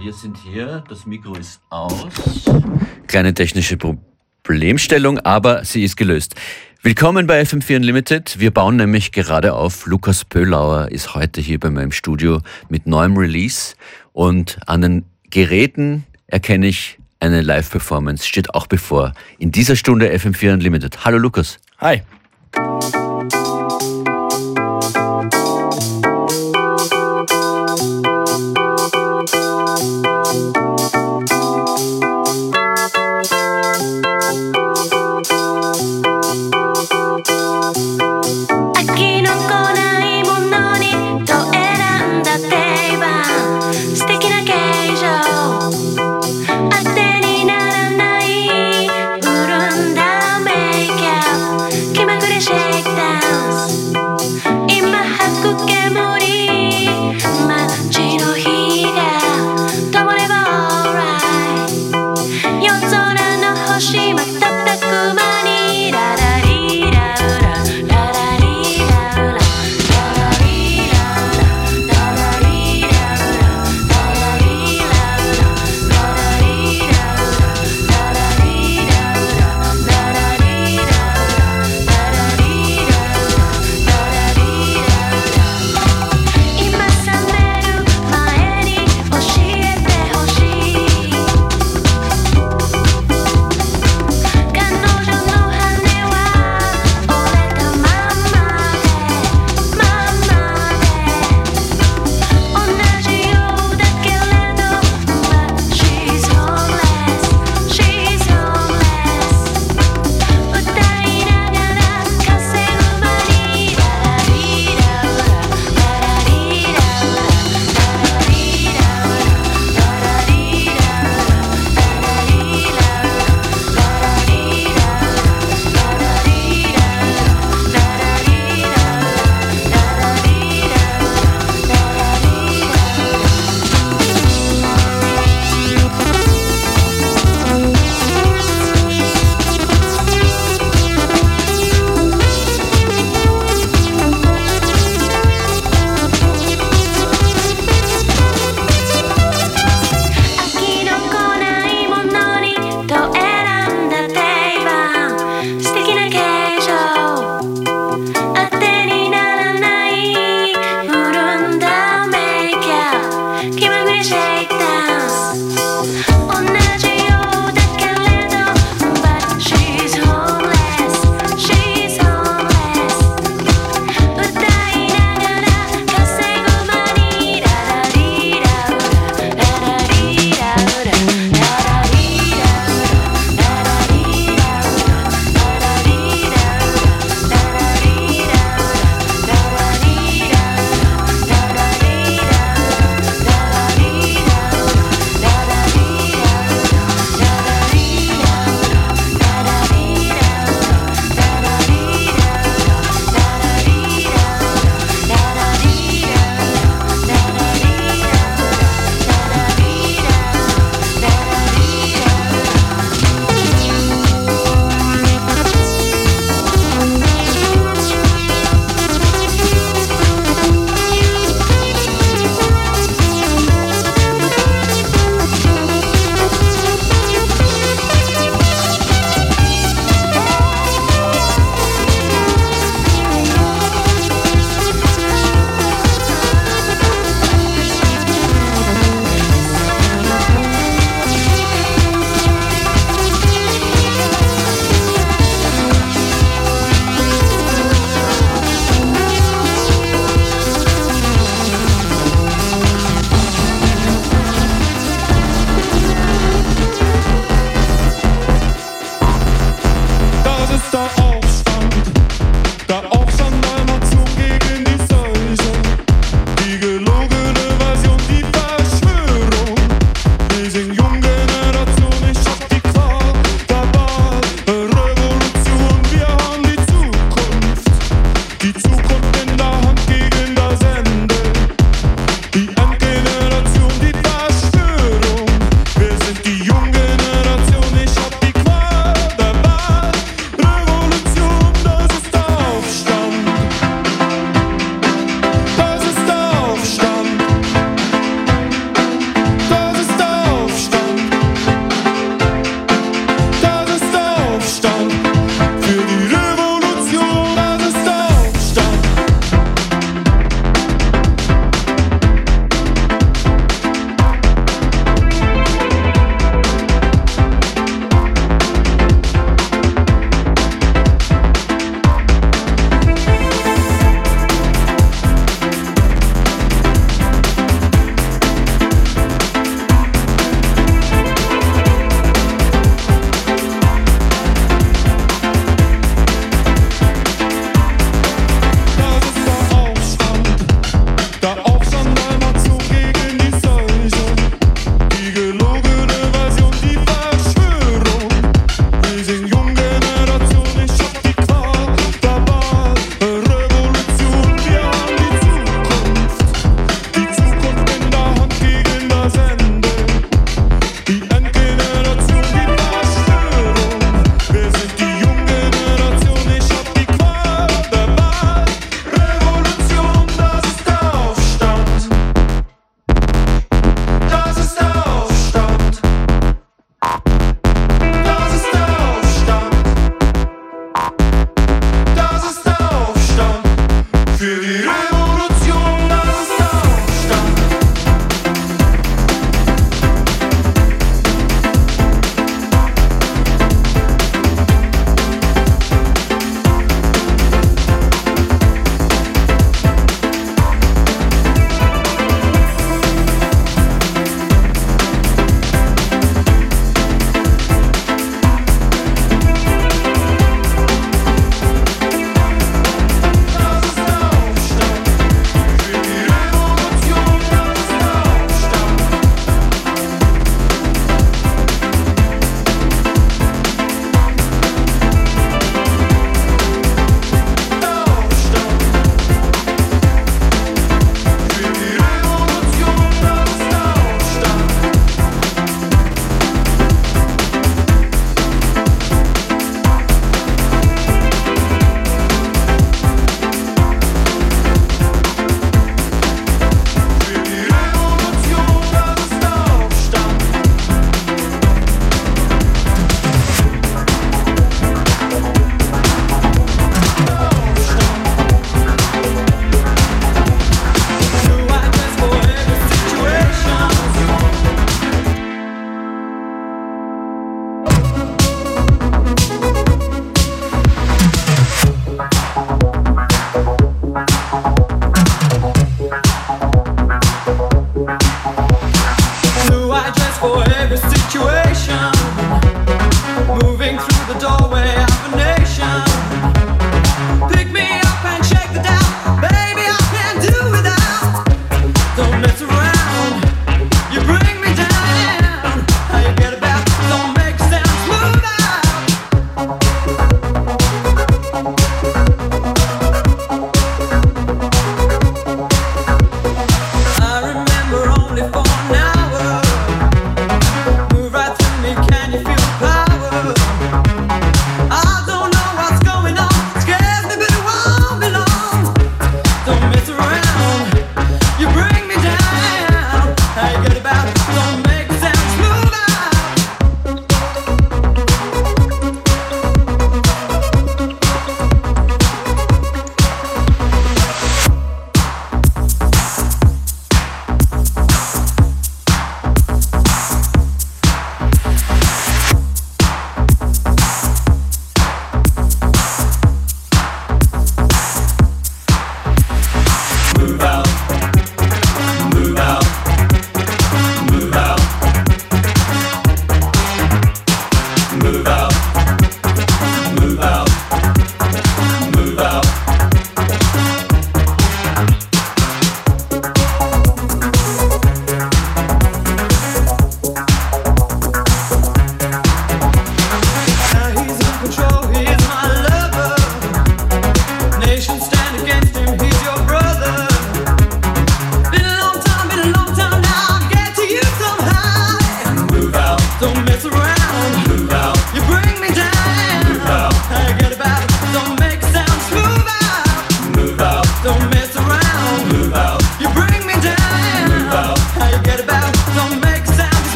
wir sind hier, das Mikro ist aus. Kleine technische Problemstellung, aber sie ist gelöst. Willkommen bei FM4 Unlimited. Wir bauen nämlich gerade auf. Lukas Pölauer ist heute hier bei meinem Studio mit neuem Release und an den Geräten erkenne ich eine Live-Performance, steht auch bevor. In dieser Stunde FM4 Unlimited. Hallo Lukas. Hi. Keep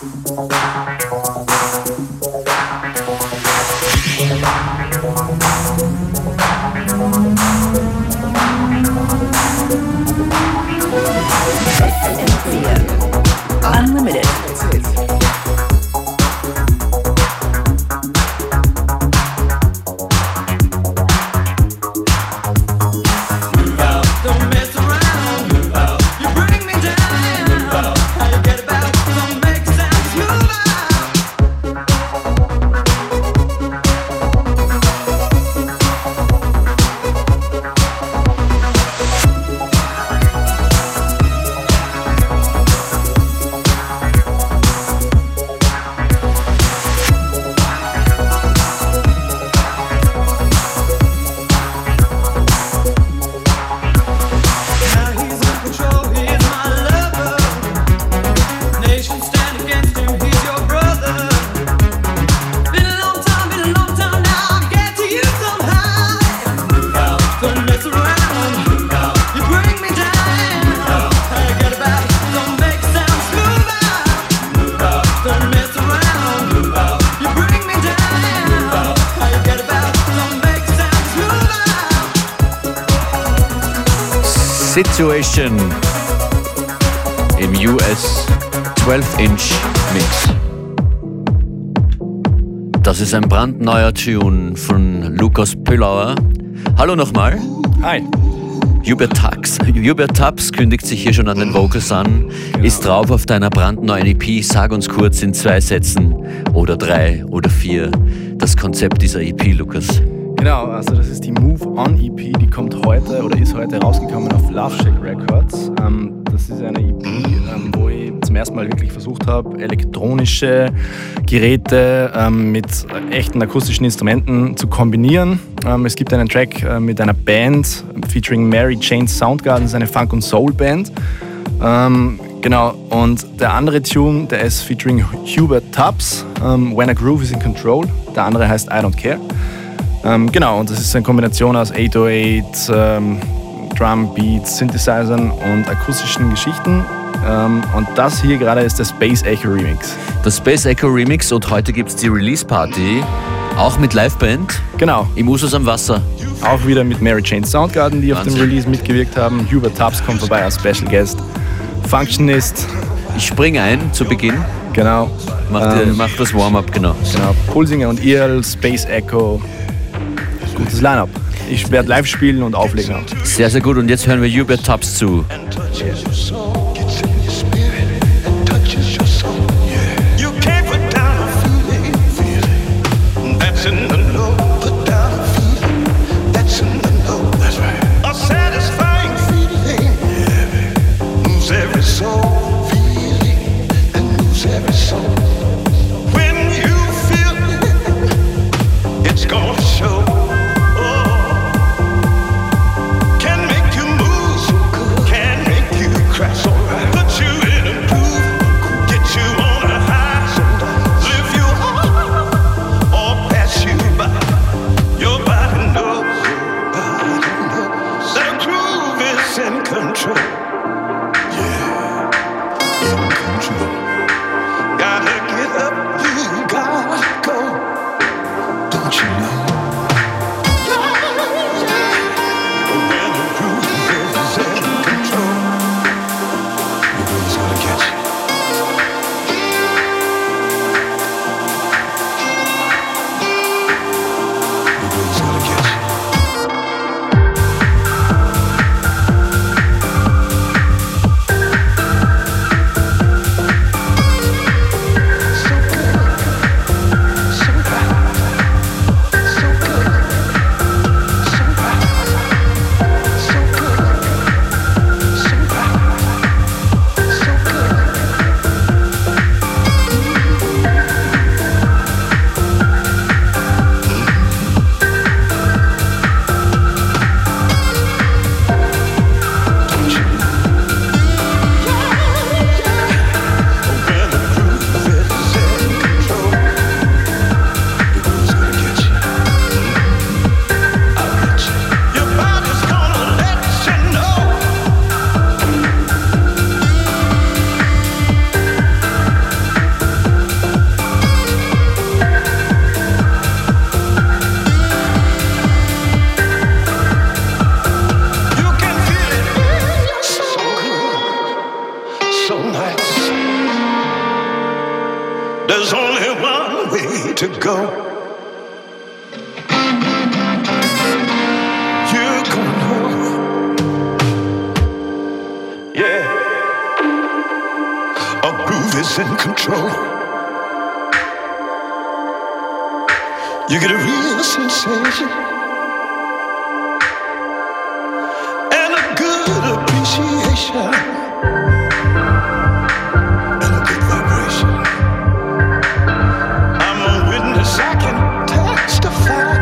Unlimited. Situation im US 12-Inch Mix. Das ist ein brandneuer Tune von Lukas Pöllauer. Hallo nochmal. Hi. Hubert Tubbs kündigt sich hier schon an den Vocals an, ist drauf auf deiner brandneuen EP. Sag uns kurz in 2 Sätzen oder 3 oder 4 das Konzept dieser EP, Lukas. Genau, also das ist die Move On EP, die kommt heute oder ist heute rausgekommen auf Love Shack Records. Das ist eine EP, wo ich zum ersten Mal wirklich versucht habe, elektronische Geräte mit echten akustischen Instrumenten zu kombinieren. Es gibt einen Track mit einer Band featuring Mary Jane Soundgarden, das ist eine Funk- und Soul-Band. Genau, und der andere Tune, der ist featuring Hubert Tubbs, When a Groove is in Control. Der andere heißt I Don't Care. Genau, und das ist eine Kombination aus 808, Drum Beats, Synthesizern und akustischen Geschichten. Und das hier gerade ist der Space Echo Remix. Der Space Echo Remix, und heute gibt es die Release Party, auch mit Liveband. Genau. Im Usus am Wasser. Auch wieder mit Mary Jane Soundgarden, die Wahnsinn. auf dem Release mitgewirkt haben. Hubert Tubbs kommt vorbei als Special Guest. Functionist. Ich springe ein zu Beginn. Genau. Mach das Warm-up, genau. Genau. Pulsinger und Earl, Space Echo. Gutes Line-Up. Ich werde live spielen und auflegen auch. Sehr, sehr gut. Und jetzt hören wir Hubert Tubbs zu. so nice. There's only one way to go. You're going home. Yeah. A groove is in control. You get a real sensation and a good appreciation and a good vibration. I'm a witness, I can testify.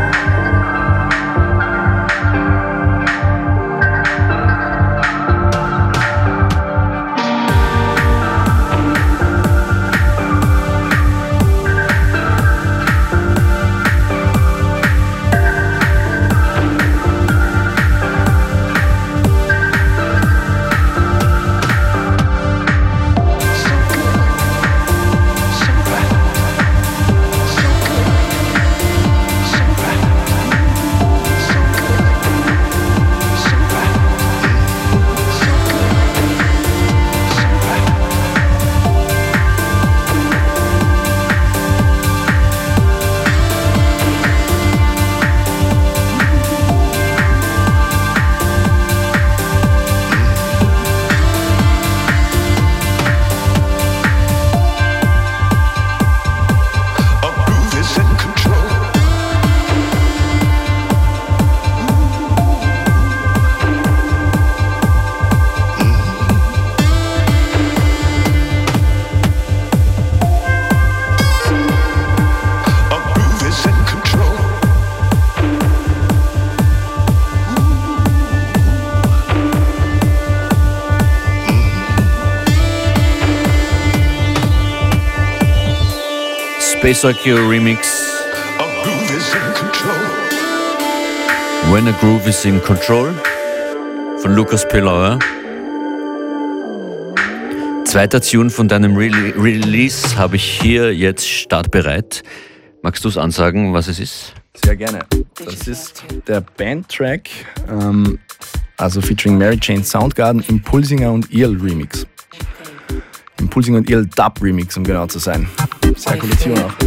Space IQ Remix. When a Groove is in Control von Lukas Pölauer. Zweiter Tune von deinem Release habe ich hier jetzt startbereit. Magst du es ansagen, was es ist? Sehr gerne. Das ist der Bandtrack, also featuring Mary Jane Soundgarden, Impulsinger und Earl Remix. Impulsinger und Earl Dub Remix, um genau zu sein. Sehr coole Tune auch.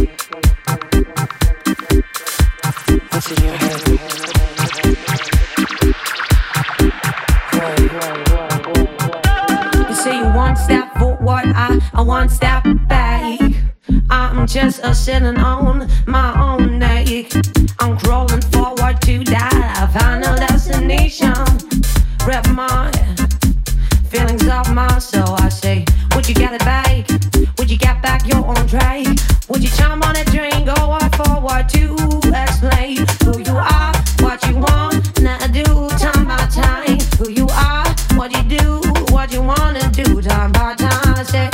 You say you one step forward, I one step back. I'm just sitting on my own neck. I'm crawling forward to that final destination. Grab my feelings of my soul. I say, would you get it back? Would you get back your own track? Would you jump on a train, go forward to explain who you are, what you want, now do time by time. Who you are, what you do, what you wanna do time by time. I say,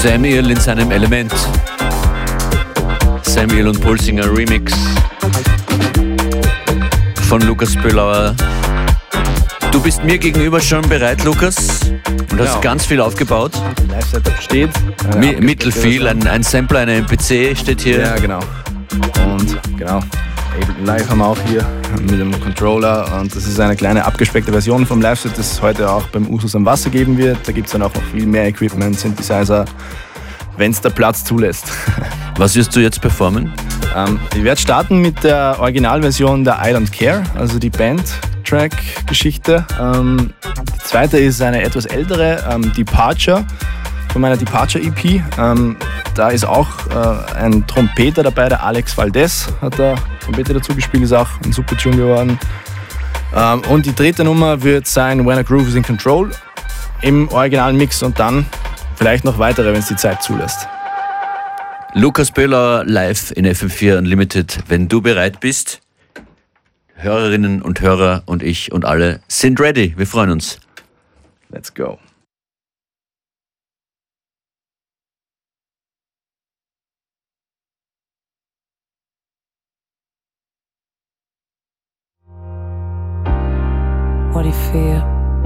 Samuel in seinem Element. Samuel und Pulsinger Remix von Lukas Pöllauer. Du bist mir gegenüber schon bereit, Lukas, und hast ganz viel aufgebaut. Live-Setup steht. Mittelfiel, ein Sampler, eine MPC steht hier. Ja, genau. Und genau, Ableton Live haben wir auch hier mit dem Controller. Und das ist eine kleine abgespeckte Version vom Live-Set, das es heute auch beim Usus am Wasser geben wird. Da gibt es dann auch noch viel mehr Equipment, Synthesizer, wenn es der Platz zulässt. Was wirst du jetzt performen? Ich werde starten mit der Originalversion der I Don't Care, also die Band-Track-Geschichte. Die zweite ist eine etwas ältere, Departure, von meiner Departure-EP. Da ist auch ein Trompeter dabei, der Alex Valdez hat da Trompete dazu gespielt, ist auch ein super Tune geworden. Und die dritte Nummer wird sein When a Groove is in Control im originalen Mix und dann vielleicht noch weitere, wenn es die Zeit zulässt. Lukas Pöllauer live in FM4 Unlimited. Wenn du bereit bist, Hörerinnen und Hörer und ich und alle sind ready. Wir freuen uns. Let's go. What do you feel?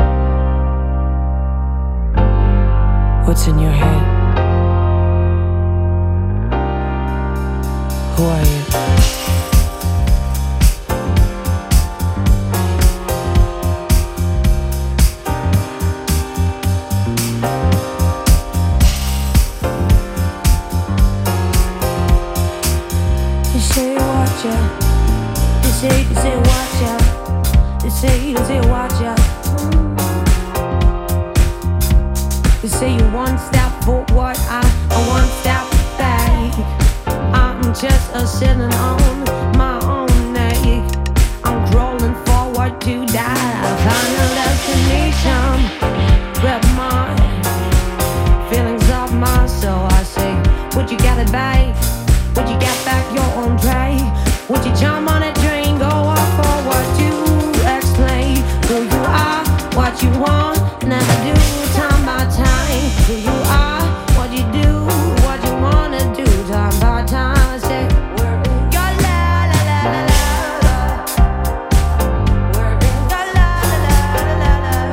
What's in your head? Who are you? You say watch out. You say watch out. You say watch out. You say you one step forward, I one step back. I'm just a sitting on my own neck. I'm crawling forward to die. Final destination. Grab my feelings of my soul. I say, would you get it back? Would you get back your own train? Would you jump on a train, go up forward to explain who you are, what you want, never do time by time. Who you are, what you do, what you wanna do time by time. I say, la la la la la la. La la la la la la.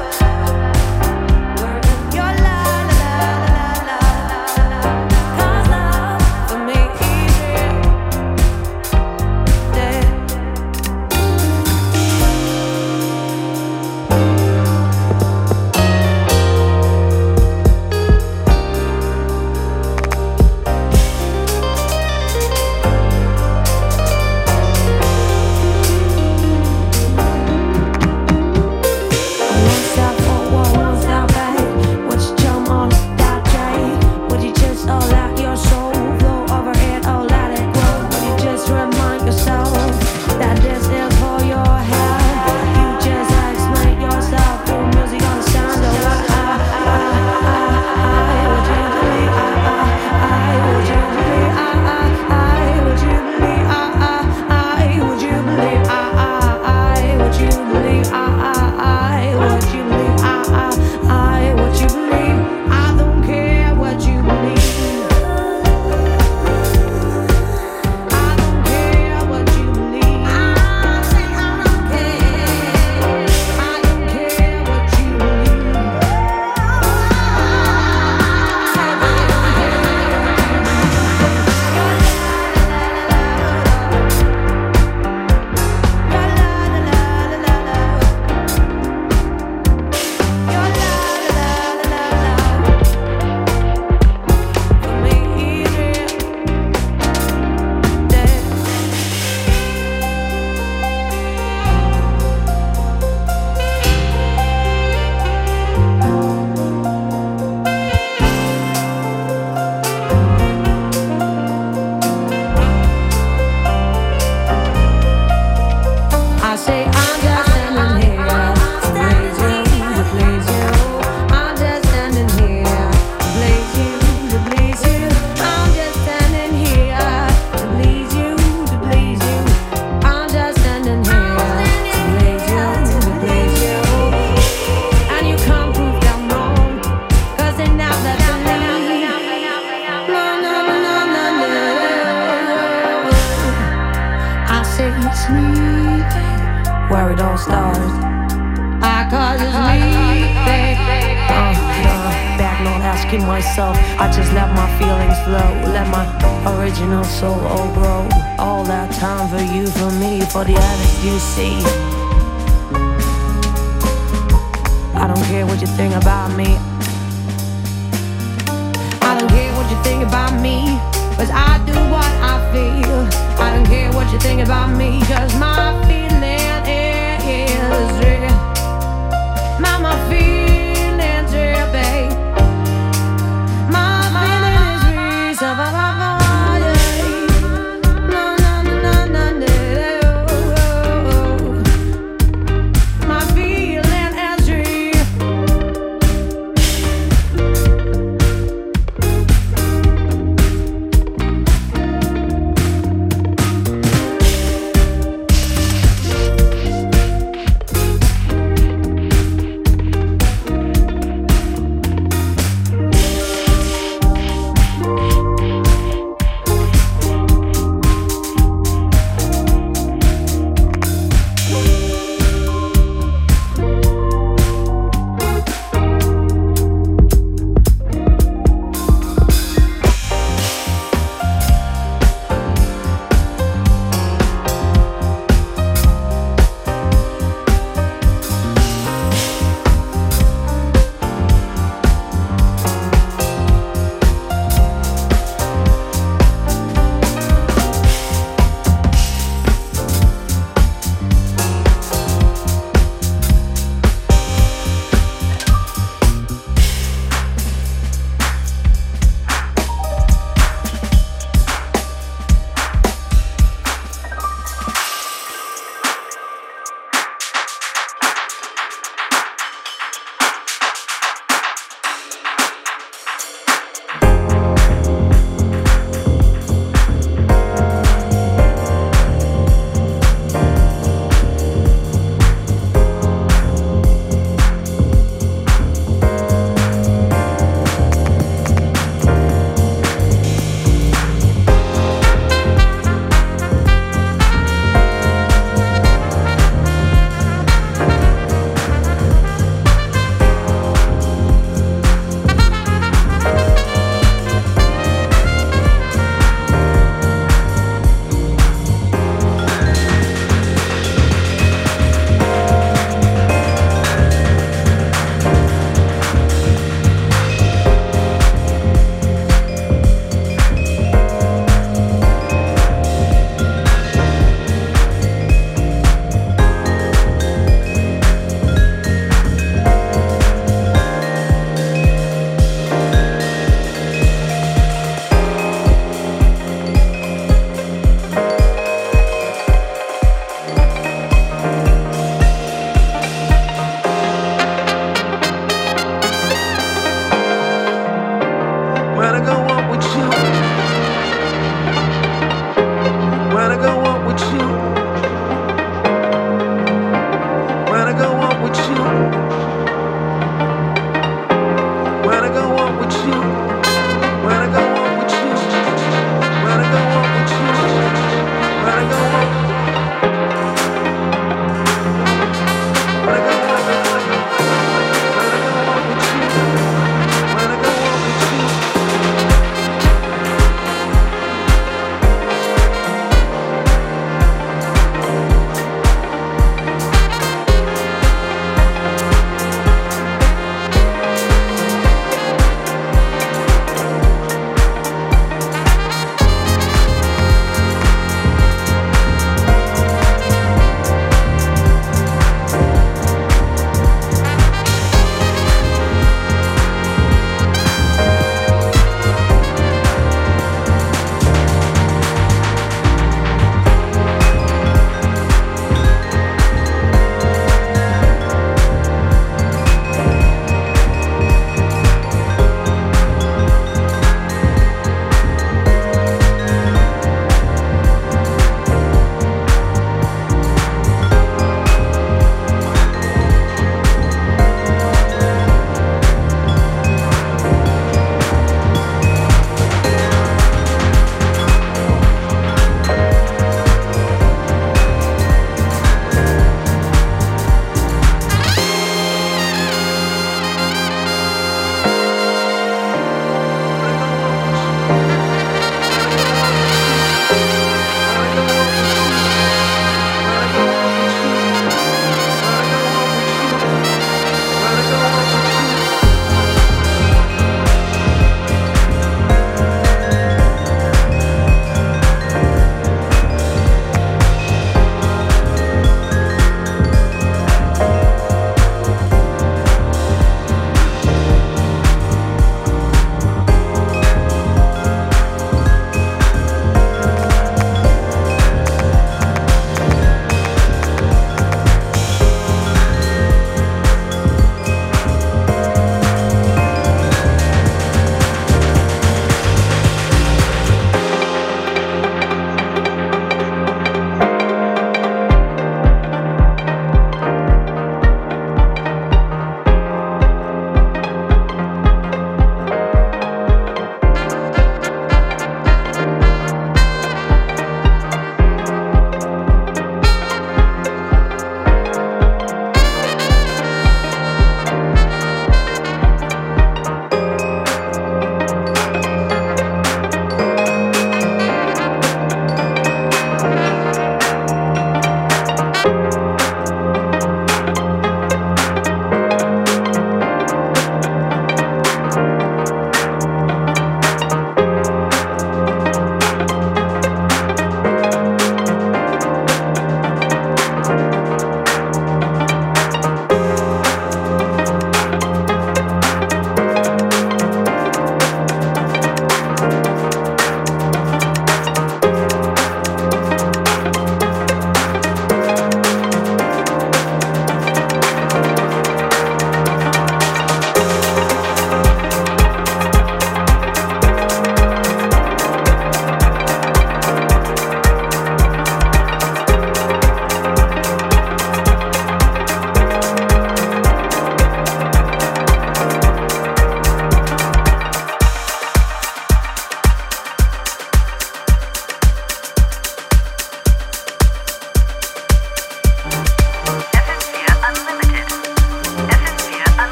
La la la la la la. 'Cause love for me is real. it all started. Cause it's me, back not asking myself. I just let my feelings flow, let my original soul grow. All that time for you, for me, for the others you see. I don't care what you think about me. I don't care what you think about me, cause I do what I feel. I don't care what you think about me, cause my feeling is real. My feelings real, babe. My feeling is real, so my feeling is real.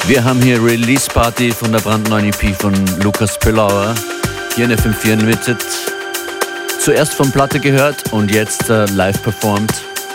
Wir haben hier Release Party von der brandneuen EP von Lukas Pöllauer hier in FM4 Unlimited. Zuerst von Platte gehört und jetzt live performt.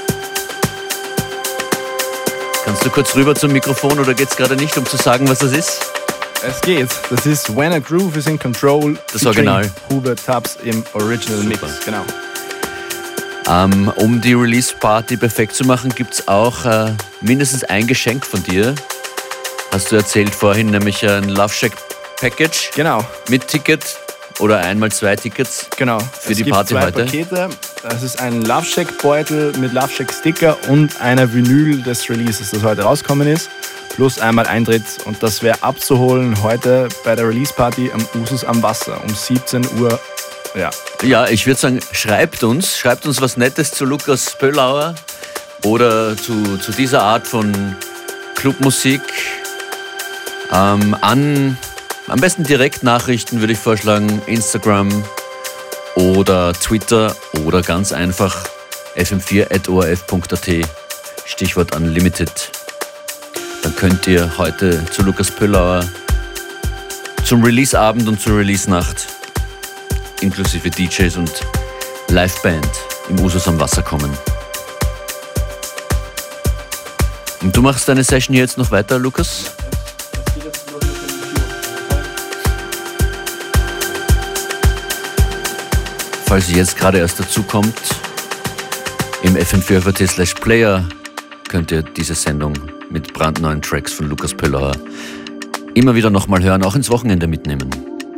Kannst du kurz rüber zum Mikrofon oder geht's gerade nicht, um zu sagen, was das ist? Es geht. Das ist When a Groove is in Control. Das Original. Hubert Tubbs im Original Mix. Genau. Um die Release Party perfekt zu machen, gibt's auch mindestens ein Geschenk von dir. Hast du erzählt vorhin, nämlich ein Love Shack Package. Genau. Mit Ticket oder einmal 2 Tickets. Genau. Für die Party heute. Es gibt 2 Pakete. Das ist ein Love Shack Beutel mit Love Shack Sticker und einer Vinyl des Releases, das heute rausgekommen ist. Plus einmal Eintritt. Und das wäre abzuholen heute bei der Release Party am Usus am Wasser um 17 Uhr. Ja, ich würde sagen, schreibt uns was Nettes zu Lukas Pöllauer oder zu dieser Art von Clubmusik. Am besten direkt Nachrichten würde ich vorschlagen, Instagram oder Twitter oder ganz einfach fm4@orf.at, Stichwort Unlimited. Dann könnt ihr heute zu Lukas Pöllauer zum Release-Abend und zur Release-Nacht inklusive DJs und Liveband im Usus am Wasser kommen. Und du machst deine Session hier jetzt noch weiter, Lukas? Falls ihr jetzt gerade erst dazu kommt, im fm4.at/player könnt ihr diese Sendung mit brandneuen Tracks von Lukas Pöllauer immer wieder nochmal hören, auch ins Wochenende mitnehmen.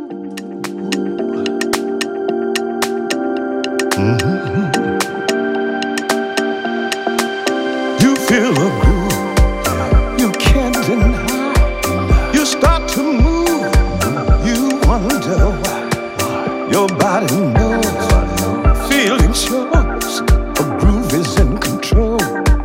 You feel a groove you can't deny. You start to move, you wonder why. Your body knows, feeling shows. A groove is in control.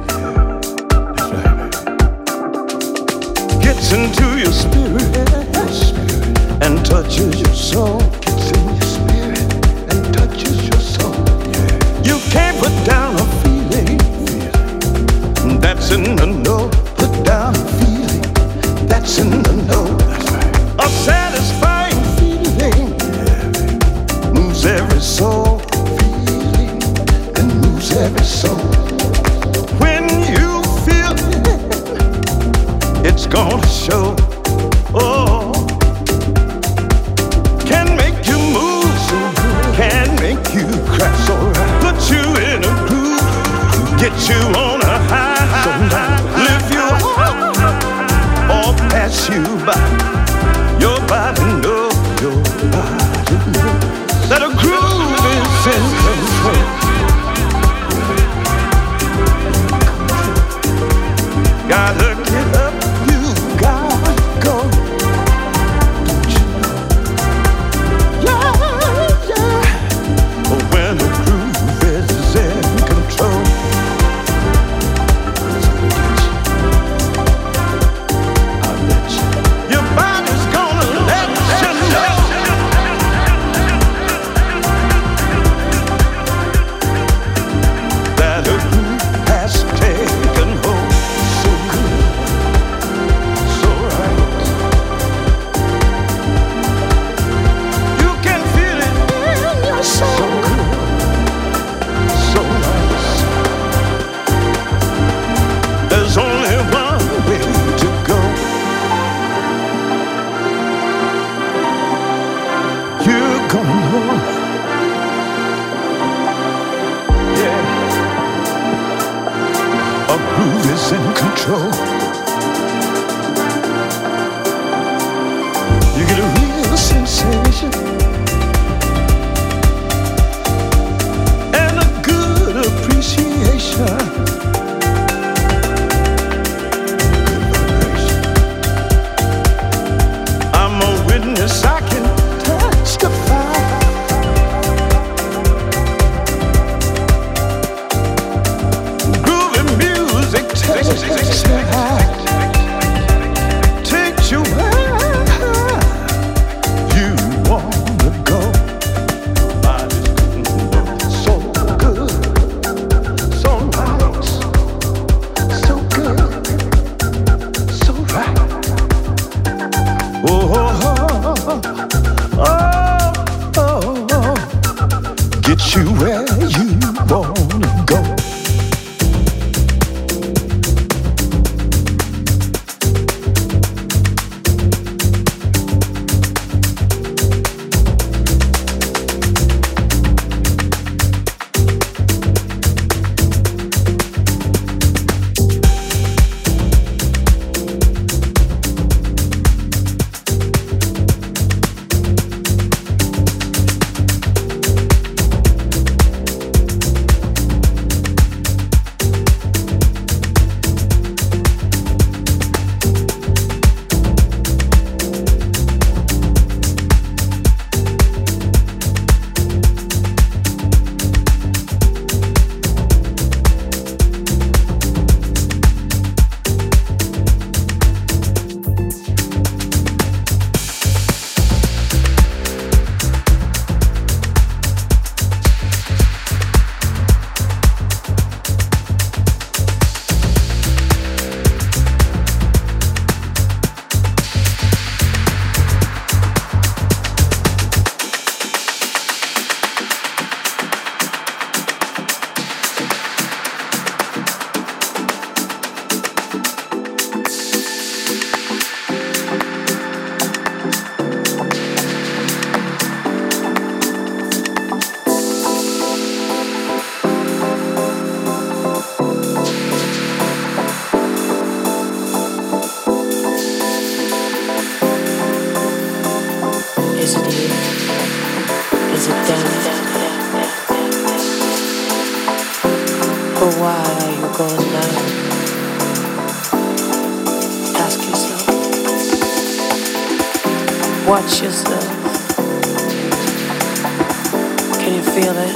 Gets into your spirit and touches your soul. Gets in your spirit and touches your soul. You can't put down a feeling that's in the know. Put down a feeling that's in the know. A satisfying feeling moves every soul. Feeling and moves every soul. When you feel it, it's gonna show. Oh, can make you move so good, can make you cry so right. Put you in a groove, get you on a high. So lift you up or pass you by. Your body knows, your body knows that a groove is in control. Gotta get up, you gotta go. Don't you know? Yeah, yeah. When the groove is in control. Your body's gonna let you know that a groove has taken hold. So good, so right. You can feel it in your soul. So good, so nice. There's only one way to go. You're gonna know. Yeah. A groove is in control. You get a real sensation and a good appreciation. Good vibration. I'm a witness, I can testify. Groovy music takes you high, takes you where you wanna go. Body's so good, so nice, so good, so right. going now? Ask yourself. Watch yourself. Can you feel it?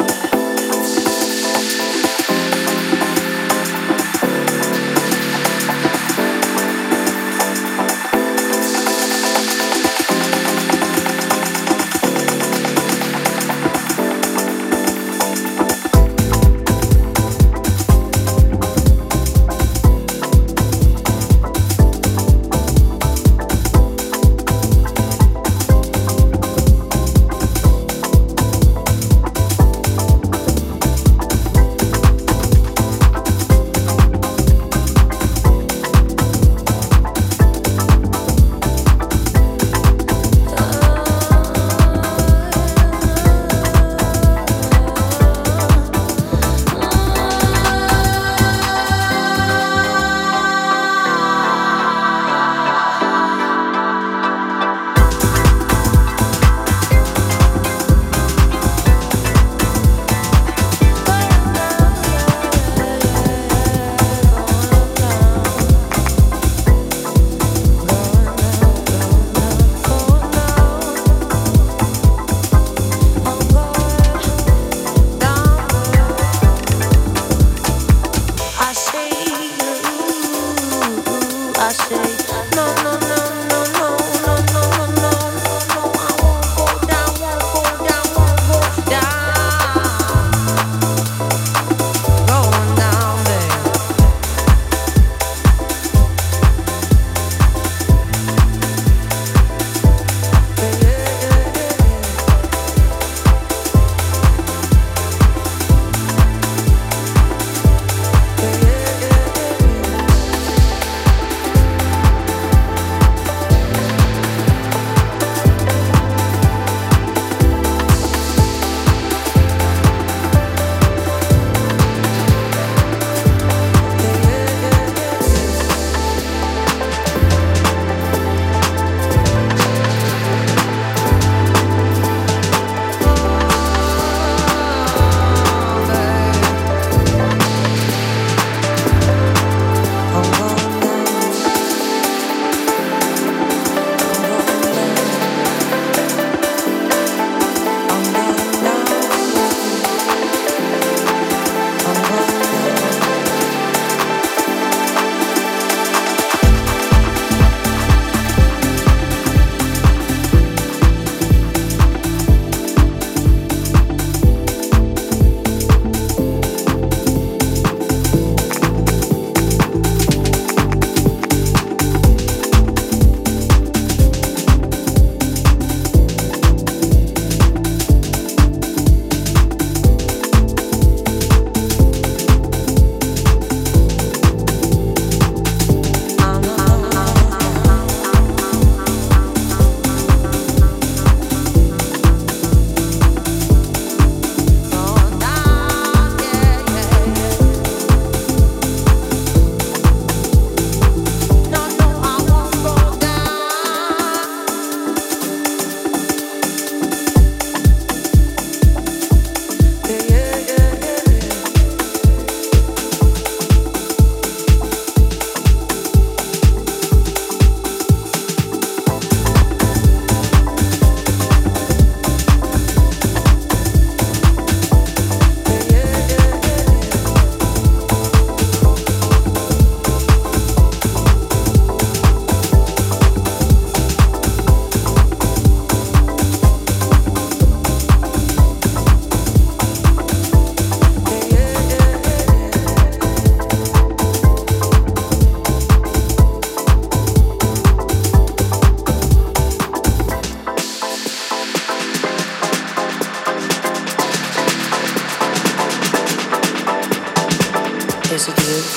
Is it you?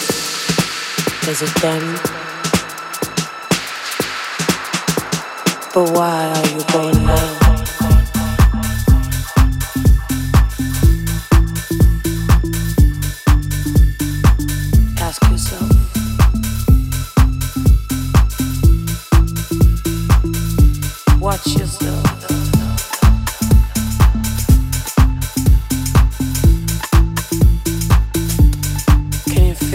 Is it them? But why are you going now? Ask yourself. Watch yourself. Can you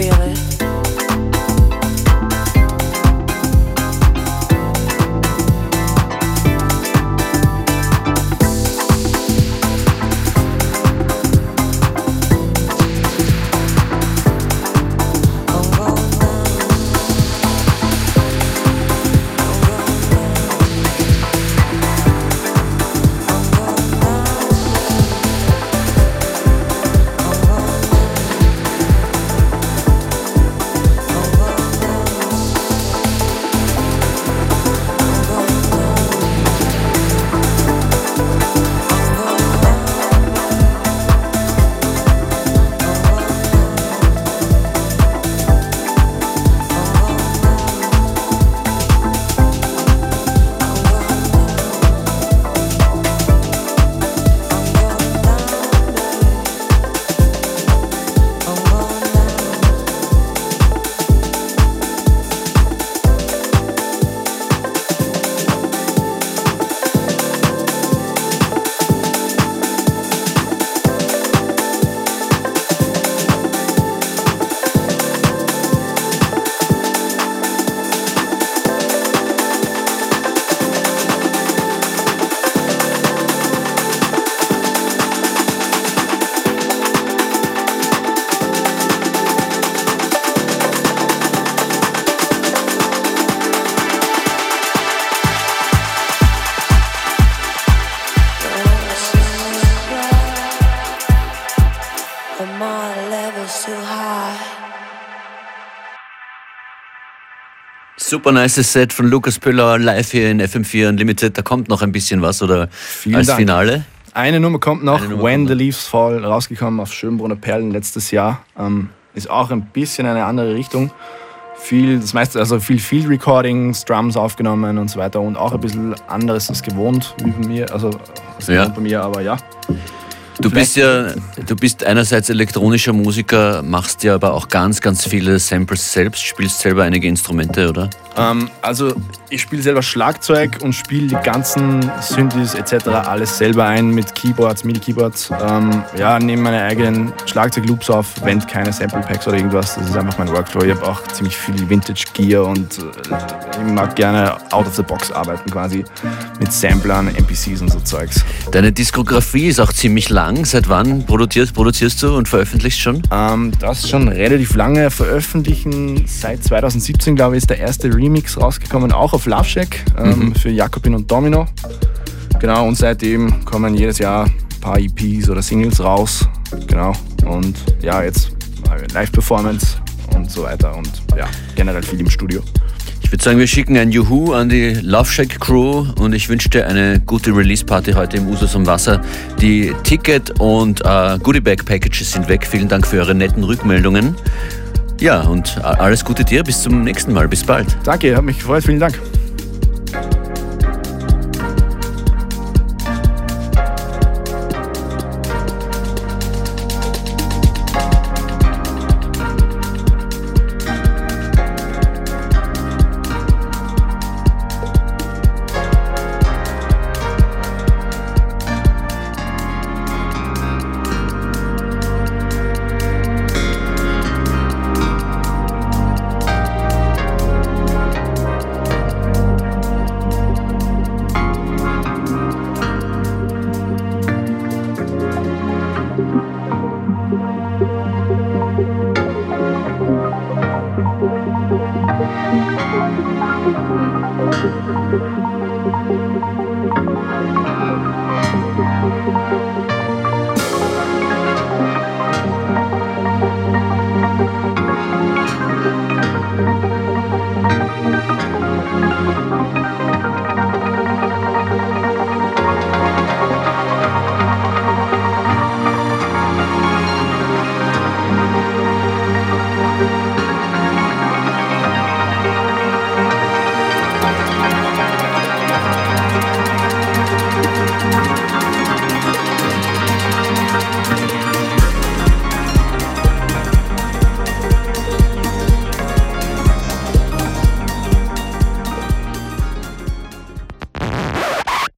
Super nice Set von Lukas Pöllauer live hier in FM4 Unlimited. Da kommt noch ein bisschen was, oder? Vielen als Dank. Finale? Eine Nummer kommt noch, When the Leaves Fall, rausgekommen auf Schönbrunner Perlen letztes Jahr. Ist auch ein bisschen eine andere Richtung. Viel Field Recordings, Drums aufgenommen und so weiter und auch ein bisschen anderes als gewohnt wie bei mir, bei mir, aber ja. Du bist einerseits elektronischer Musiker, machst ja aber auch ganz, ganz viele Samples selbst, spielst selber einige Instrumente, oder? Ich spiele selber Schlagzeug und spiele die ganzen Synthes etc. alles selber ein mit Keyboards, MIDI-Keyboards. Nehme meine eigenen Schlagzeugloops auf, verwende keine Sample-Packs oder irgendwas. Das ist einfach mein Workflow. Ich habe auch ziemlich viel Vintage-Gear und ich mag gerne out of the box arbeiten quasi mit Samplern, MPCs und so Zeugs. Deine Diskografie ist auch ziemlich lang. Seit wann produzierst du und veröffentlichst schon? Das ist schon relativ lange. Veröffentlichen seit 2017, glaube ich, ist der erste Remix rausgekommen, auch auf Love Shack für Jakobin und Domino. Genau, und seitdem kommen jedes Jahr ein paar EPs oder Singles raus. Genau, und ja, jetzt Live-Performance und so weiter und ja, generell viel im Studio. Ich würde sagen, wir schicken ein Juhu an die Love Shack Crew und ich wünsche dir eine gute Release-Party heute im Usus am Wasser. Die Ticket- und Goodie-Bag-Packages sind weg. Vielen Dank für eure netten Rückmeldungen. Ja, und alles Gute dir. Bis zum nächsten Mal. Bis bald. Danke, hat mich gefreut. Vielen Dank.